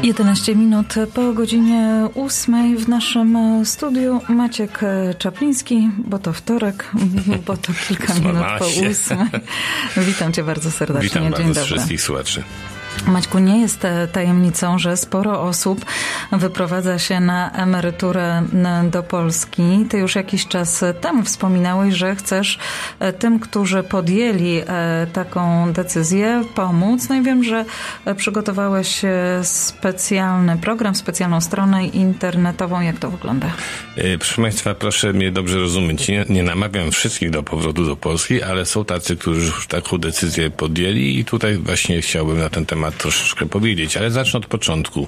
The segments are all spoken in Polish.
11 minut po godzinie 8 w naszym studiu Maciek Czapliński, bo to wtorek, bo to kilka minut po 8. Witam Cię bardzo serdecznie. Witam Dzień bardzo dobry. wszystkich słuchaczy. Maćku, nie jest tajemnicą, że sporo osób wyprowadza się na emeryturę do Polski. Ty już jakiś czas temu wspominałeś, że chcesz tym, którzy podjęli taką decyzję, pomóc. No i wiem, że przygotowałeś specjalny program, specjalną stronę internetową. Jak to wygląda? Proszę Państwa, proszę mnie dobrze rozumieć. Nie namawiam wszystkich do powrotu do Polski, ale są tacy, którzy już taką decyzję podjęli i tutaj właśnie chciałbym na ten temat troszeczkę powiedzieć, ale zacznę od początku.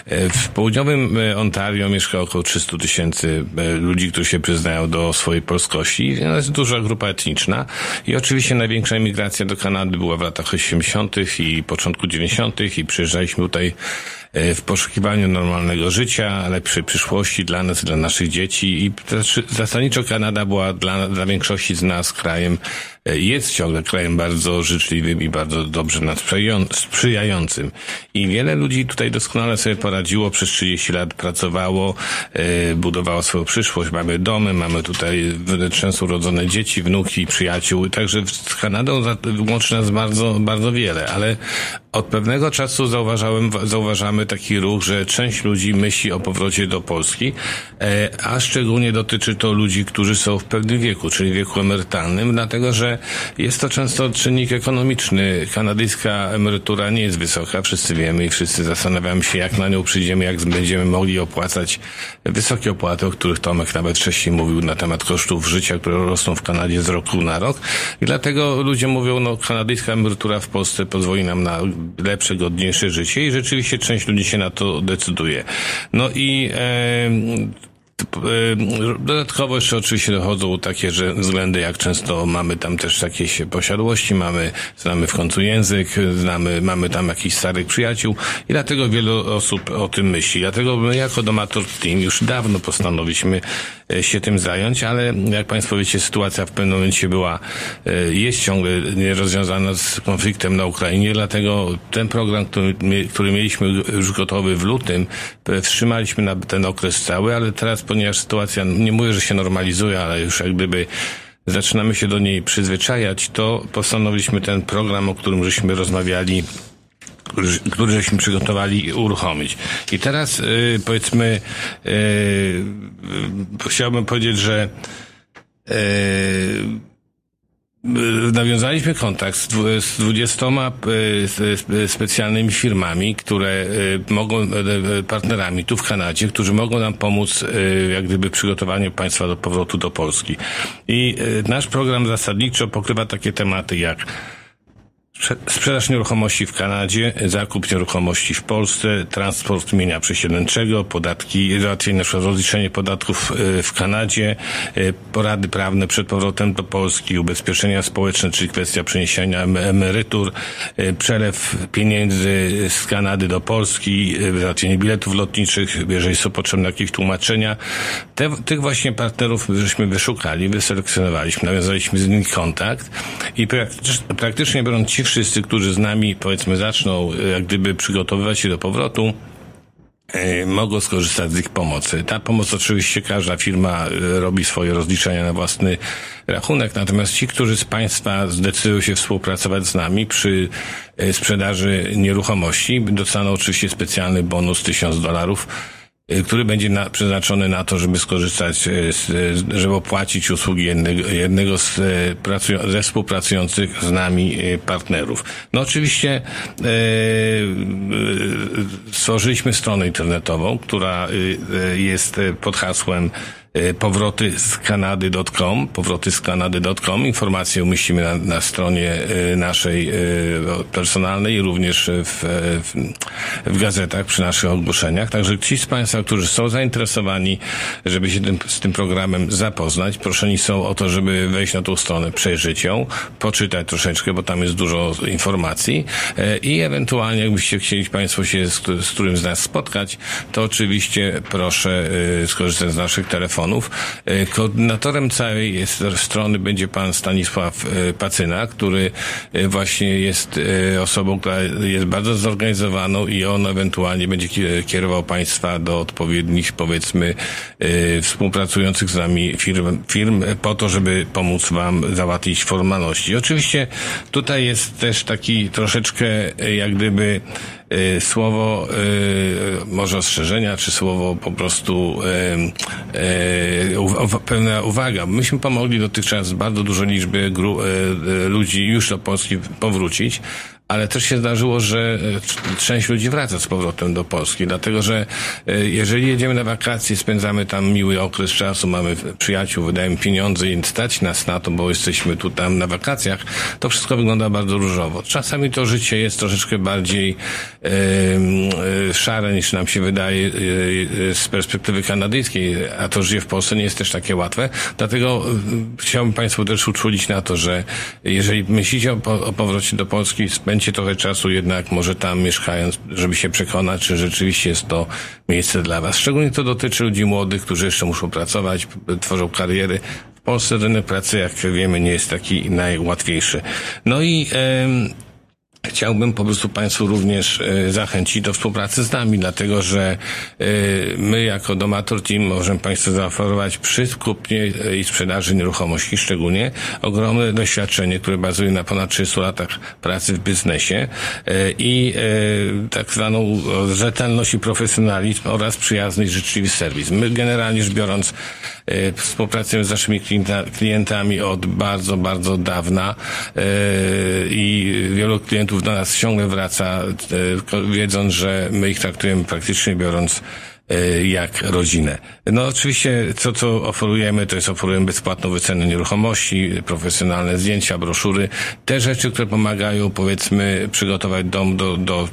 W południowym Ontario mieszka około 300 000 ludzi, którzy się przyznają do swojej polskości. To jest duża grupa etniczna i oczywiście największa emigracja do Kanady była w latach 80. i początku 90. i przyjeżdżaliśmy tutaj w poszukiwaniu normalnego życia, lepszej przyszłości dla nas i dla naszych dzieci i zasadniczo Kanada była dla większości z nas krajem, jest ciągle krajem bardzo życzliwym i bardzo dobrze nam sprzyjającym. I wiele ludzi tutaj doskonale sobie poradziło, przez 30 lat pracowało, budowało swoją przyszłość, mamy domy, mamy tutaj często urodzone dzieci, wnuki, przyjaciół, także z Kanadą łączy nas bardzo, bardzo wiele, ale od pewnego czasu zauważamy taki ruch, że część ludzi myśli o powrocie do Polski, a szczególnie dotyczy to ludzi, którzy są w pewnym wieku, czyli wieku emerytalnym, dlatego że jest to często czynnik ekonomiczny. Kanadyjska emerytura nie jest wysoka, wszyscy wiemy i wszyscy zastanawiamy się, jak na nią przyjdziemy, jak będziemy mogli opłacać wysokie opłaty, o których Tomek nawet wcześniej mówił na temat kosztów życia, które rosną w Kanadzie z roku na rok. I dlatego ludzie mówią, kanadyjska emerytura w Polsce pozwoli nam na lepsze, godniejsze życie i rzeczywiście część ludzi się na to decyduje. No i dodatkowo jeszcze oczywiście dochodzą takie względy, jak często mamy tam też jakieś posiadłości, znamy w końcu język, mamy tam jakichś starych przyjaciół i dlatego wielu osób o tym myśli. Dlatego my jako Domator Team już dawno postanowiliśmy się tym zająć, ale jak Państwo wiecie, sytuacja w pewnym momencie jest ciągle nierozwiązana z konfliktem na Ukrainie, dlatego ten program, który mieliśmy już gotowy w lutym, wstrzymaliśmy na ten okres cały, ale teraz, ponieważ sytuacja, nie mówię, że się normalizuje, ale już jak gdyby zaczynamy się do niej przyzwyczajać, to postanowiliśmy ten program, o którym żeśmy rozmawiali, który żeśmy przygotowali, uruchomić. I teraz powiedzmy, chciałbym powiedzieć, że nawiązaliśmy kontakt z 20 specjalnymi firmami, które partnerami tu w Kanadzie, którzy mogą nam pomóc jak gdyby w przygotowaniu państwa do powrotu do Polski. I nasz program zasadniczo pokrywa takie tematy jak sprzedaż nieruchomości w Kanadzie, zakup nieruchomości w Polsce, transport mienia przesiedleńczego, podatki, załatwienie na przykład rozliczenie podatków w Kanadzie, porady prawne przed powrotem do Polski, ubezpieczenia społeczne, czyli kwestia przeniesienia emerytur, przelew pieniędzy z Kanady do Polski, załatwienie biletów lotniczych, jeżeli są potrzebne jakieś tłumaczenia. Tych właśnie partnerów żeśmy wyszukali, wyselekcjonowaliśmy, nawiązaliśmy z nimi kontakt i praktycznie biorąc ci wszyscy, którzy z nami, powiedzmy, zaczną jak gdyby przygotowywać się do powrotu, mogą skorzystać z ich pomocy. Ta pomoc oczywiście, każda firma robi swoje rozliczenia na własny rachunek, natomiast ci, którzy z Państwa zdecydują się współpracować z nami przy sprzedaży nieruchomości, dostaną oczywiście specjalny bonus $1000, który będzie przeznaczony na to, żeby skorzystać, żeby opłacić usługi jednego ze współpracujących z nami partnerów. No oczywiście stworzyliśmy stronę internetową, która jest pod hasłem powrotyzkanady.com. Informacje umieścimy na stronie naszej personalnej i również w gazetach przy naszych ogłoszeniach. Także ci z Państwa, którzy są zainteresowani, żeby się z tym programem zapoznać, proszeni są o to, żeby wejść na tą stronę, przejrzeć ją, poczytać troszeczkę, bo tam jest dużo informacji i ewentualnie jakbyście chcieli Państwo się z którym z nas spotkać, to oczywiście proszę skorzystać z naszych telefonów telefonów. Koordynatorem całej strony będzie pan Stanisław Pacyna, który właśnie jest osobą, która jest bardzo zorganizowaną i on ewentualnie będzie kierował państwa do odpowiednich, powiedzmy, współpracujących z nami firm po to, żeby pomóc wam załatwić formalności. Oczywiście tutaj jest też taki troszeczkę jak gdyby słowo może ostrzeżenia, czy słowo po prostu pewna uwaga. Myśmy pomogli dotychczas bardzo dużo liczby ludzi już do Polski powrócić, ale też się zdarzyło, że część ludzi wraca z powrotem do Polski, dlatego że jeżeli jedziemy na wakacje, spędzamy tam miły okres czasu, mamy przyjaciół, wydajemy pieniądze i stać nas na to, bo jesteśmy tu tam na wakacjach, to wszystko wygląda bardzo różowo. Czasami to życie jest troszeczkę bardziej szare niż nam się wydaje z perspektywy kanadyjskiej, a to życie w Polsce nie jest też takie łatwe. Dlatego chciałbym Państwu też uczulić na to, że jeżeli myślicie o powrocie do Polski, spędźcie trochę czasu jednak może tam mieszkając, żeby się przekonać, czy rzeczywiście jest to miejsce dla Was. Szczególnie to dotyczy ludzi młodych, którzy jeszcze muszą pracować, tworzą kariery. W Polsce rynek pracy, jak wiemy, nie jest taki najłatwiejszy. No i chciałbym po prostu Państwu również zachęcić do współpracy z nami, dlatego że my jako Domator Team możemy Państwu zaoferować przy kupnie i sprzedaży nieruchomości szczególnie ogromne doświadczenie, które bazuje na ponad 30 latach pracy w biznesie i tak zwaną rzetelność i profesjonalizm oraz przyjazny i życzliwy serwis. My generalnie rzecz biorąc współpracujemy z naszymi klientami od bardzo, bardzo dawna i wielu klientów do nas ciągle wraca, wiedząc, że my ich traktujemy praktycznie biorąc jak rodzinę. No oczywiście co oferujemy, to jest oferujemy bezpłatną wycenę nieruchomości, profesjonalne zdjęcia, broszury, te rzeczy, które pomagają powiedzmy przygotować dom do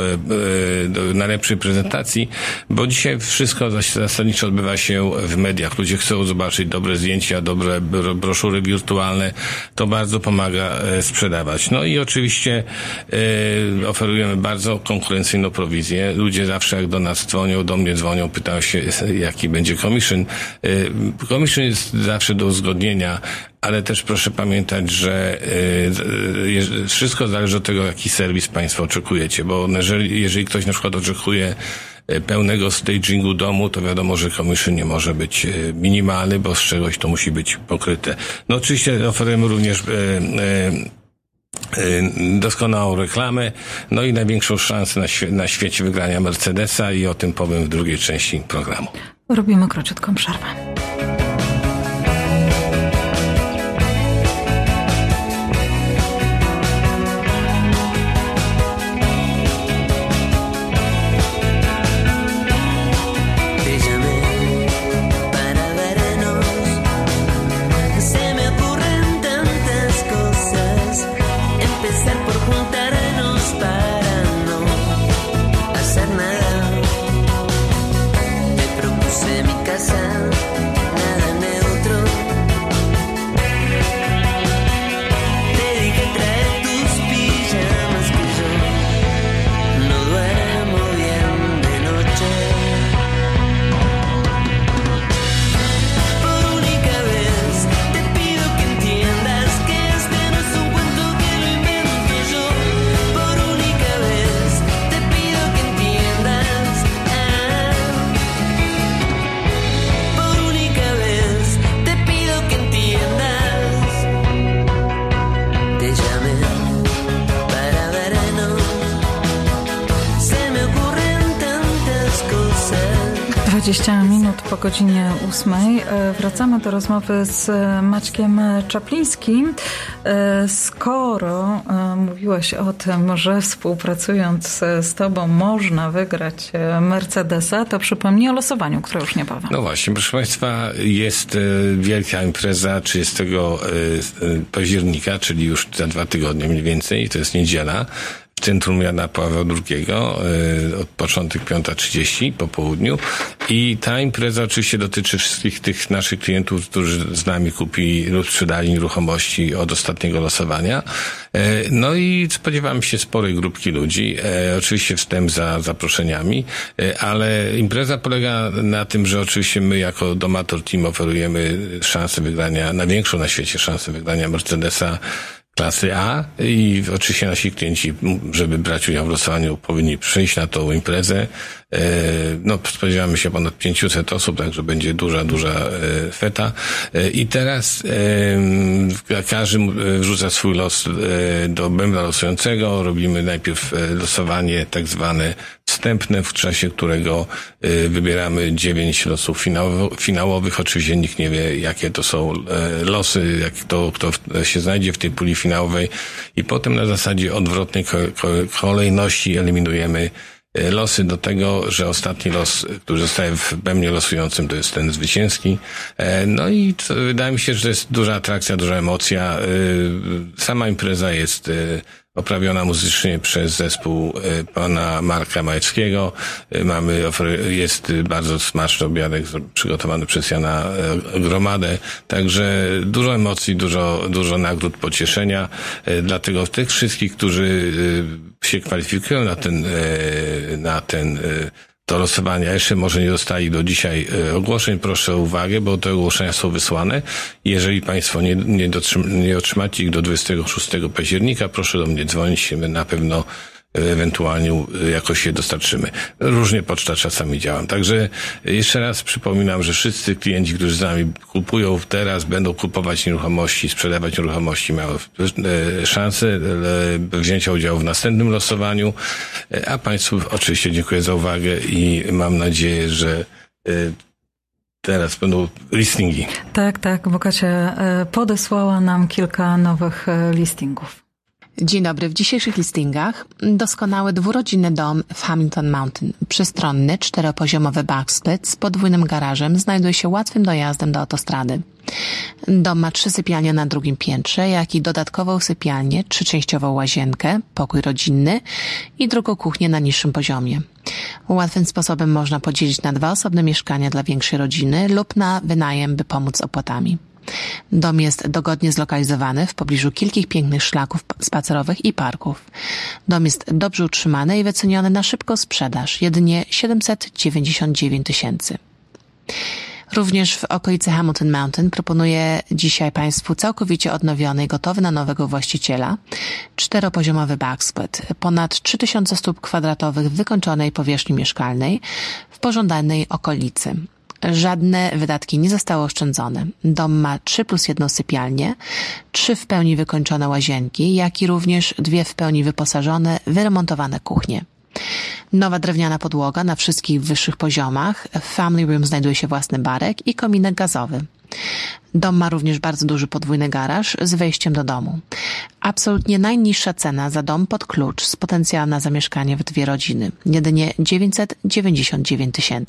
najlepszej prezentacji, bo dzisiaj wszystko zasadniczo odbywa się w mediach. Ludzie chcą zobaczyć dobre zdjęcia, dobre broszury wirtualne, to bardzo pomaga sprzedawać. No i oczywiście oferujemy bardzo konkurencyjną prowizję. Ludzie zawsze jak do nas dzwonią, do mnie dzwonią, pytają się, jaki będzie commission. Commission jest zawsze do uzgodnienia, ale też proszę pamiętać, że wszystko zależy od tego, jaki serwis Państwo oczekujecie, bo jeżeli ktoś na przykład oczekuje pełnego stagingu domu, to wiadomo, że commission nie może być minimalny, bo z czegoś to musi być pokryte. No oczywiście oferujemy również doskonałą reklamę, no i największą szansę na świecie wygrania Mercedesa i o tym powiem w drugiej części programu. Robimy króciutką przerwę. Minut po godzinie 8. Wracamy do rozmowy z Maćkiem Czaplińskim. Skoro mówiłeś o tym, że współpracując z Tobą można wygrać Mercedesa, to przypomnij o losowaniu, które już niebawem. No właśnie, proszę Państwa, jest wielka impreza 30 października, czyli już za 2 tygodnie mniej więcej, to jest niedziela, Centrum Jana Pawła II, od początek 5:30 po południu. I ta impreza oczywiście dotyczy wszystkich tych naszych klientów, którzy z nami kupili lub sprzedali nieruchomości od ostatniego losowania. No i spodziewamy się sporej grupki ludzi. Oczywiście wstęp za zaproszeniami, ale impreza polega na tym, że oczywiście my jako Domator Team oferujemy szansę wygrania, największą na świecie szansę wygrania Mercedesa klasy A i oczywiście nasi klienci, żeby brać udział w losowaniu, powinni przyjść na tą imprezę. No, spodziewamy się ponad 500 osób, także będzie duża feta. I teraz każdy wrzuca swój los do bębna losującego. Robimy najpierw losowanie tak zwane wstępne, w czasie którego wybieramy 9 losów finałowych. Oczywiście nikt nie wie, jakie to są losy, kto się znajdzie w tej puli finałowej. I potem na zasadzie odwrotnej kolejności eliminujemy losy do tego, że ostatni los, który zostaje w bębnie losującym, to jest ten zwycięski. No i wydaje mi się, że to jest duża atrakcja, duża emocja. Sama impreza jest oprawiona muzycznie przez zespół pana Marka Majewskiego. Jest bardzo smaczny obiadek przygotowany przez Jana Gromadę. Także dużo emocji, dużo nagród, pocieszenia. Dlatego tych wszystkich, którzy się kwalifikują do losowania, jeszcze może nie dostali do dzisiaj ogłoszeń, proszę o uwagę, bo te ogłoszenia są wysłane. Jeżeli państwo nie otrzymacie ich do 26 października, proszę do mnie dzwonić, my na pewno ewentualnie jakoś je dostarczymy. Różnie poczta czasami działa. Także jeszcze raz przypominam, że wszyscy klienci, którzy z nami kupują teraz, będą kupować nieruchomości, sprzedawać nieruchomości, mają szansę wzięcia udziału w następnym losowaniu. A państwu oczywiście dziękuję za uwagę i mam nadzieję, że teraz będą listingi. Tak, bo Kasia podesłała nam kilka nowych listingów. Dzień dobry. W dzisiejszych listingach doskonały dwurodzinny dom w Hamilton Mountain. Przestronny, 4-poziomowy backsplit z podwójnym garażem znajduje się łatwym dojazdem do autostrady. Dom ma 3 sypialnie na drugim piętrze, jak i dodatkową sypialnię, 3-częściową łazienkę, pokój rodzinny i drugą kuchnię na niższym poziomie. Łatwym sposobem można podzielić na 2 osobne mieszkania dla większej rodziny lub na wynajem, by pomóc z opłatami. Dom jest dogodnie zlokalizowany w pobliżu kilku pięknych szlaków spacerowych i parków. Dom jest dobrze utrzymany i wyceniony na szybką sprzedaż, jedynie 799 000. Również w okolicy Hamilton Mountain proponuję dzisiaj państwu całkowicie odnowiony i gotowy na nowego właściciela 4-poziomowy backsplit, ponad 3000 stóp kwadratowych wykończonej powierzchni mieszkalnej w pożądanej okolicy. Żadne wydatki nie zostały oszczędzone. Dom ma 3+1 sypialnię, 3 w pełni wykończone łazienki, jak i również 2 w pełni wyposażone, wyremontowane kuchnie. Nowa drewniana podłoga na wszystkich wyższych poziomach. W Family Room znajduje się własny barek i kominek gazowy. Dom ma również bardzo duży podwójny garaż z wejściem do domu. Absolutnie najniższa cena za dom pod klucz z potencjałem na zamieszkanie w 2 rodziny. Jedynie 999 000.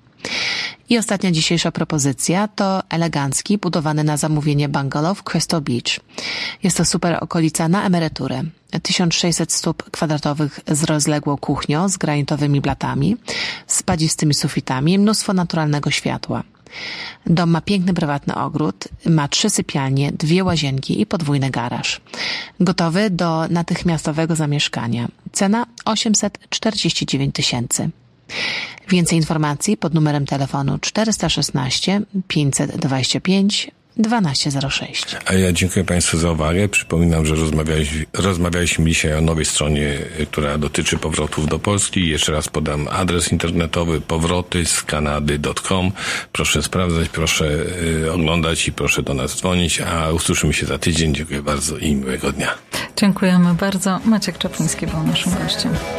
I ostatnia dzisiejsza propozycja to elegancki, budowany na zamówienie bungalow w Crystal Beach. Jest to super okolica na emeryturę. 1600 stóp kwadratowych z rozległą kuchnią, z granitowymi blatami, spadzistymi sufitami i mnóstwo naturalnego światła. Dom ma piękny prywatny ogród, ma 3 sypialnie, 2 łazienki i podwójny garaż. Gotowy do natychmiastowego zamieszkania. Cena 849 000. Więcej informacji pod numerem telefonu 416 525 1206. A ja dziękuję państwu za uwagę. Przypominam, że rozmawialiśmy dzisiaj o nowej stronie, która dotyczy powrotów do Polski. Jeszcze raz podam adres internetowy powrotyskanady.com. Proszę sprawdzać, proszę oglądać i proszę do nas dzwonić, a usłyszymy się za tydzień. Dziękuję bardzo i miłego dnia. Dziękujemy bardzo. Maciek Czapliński był naszym gościem.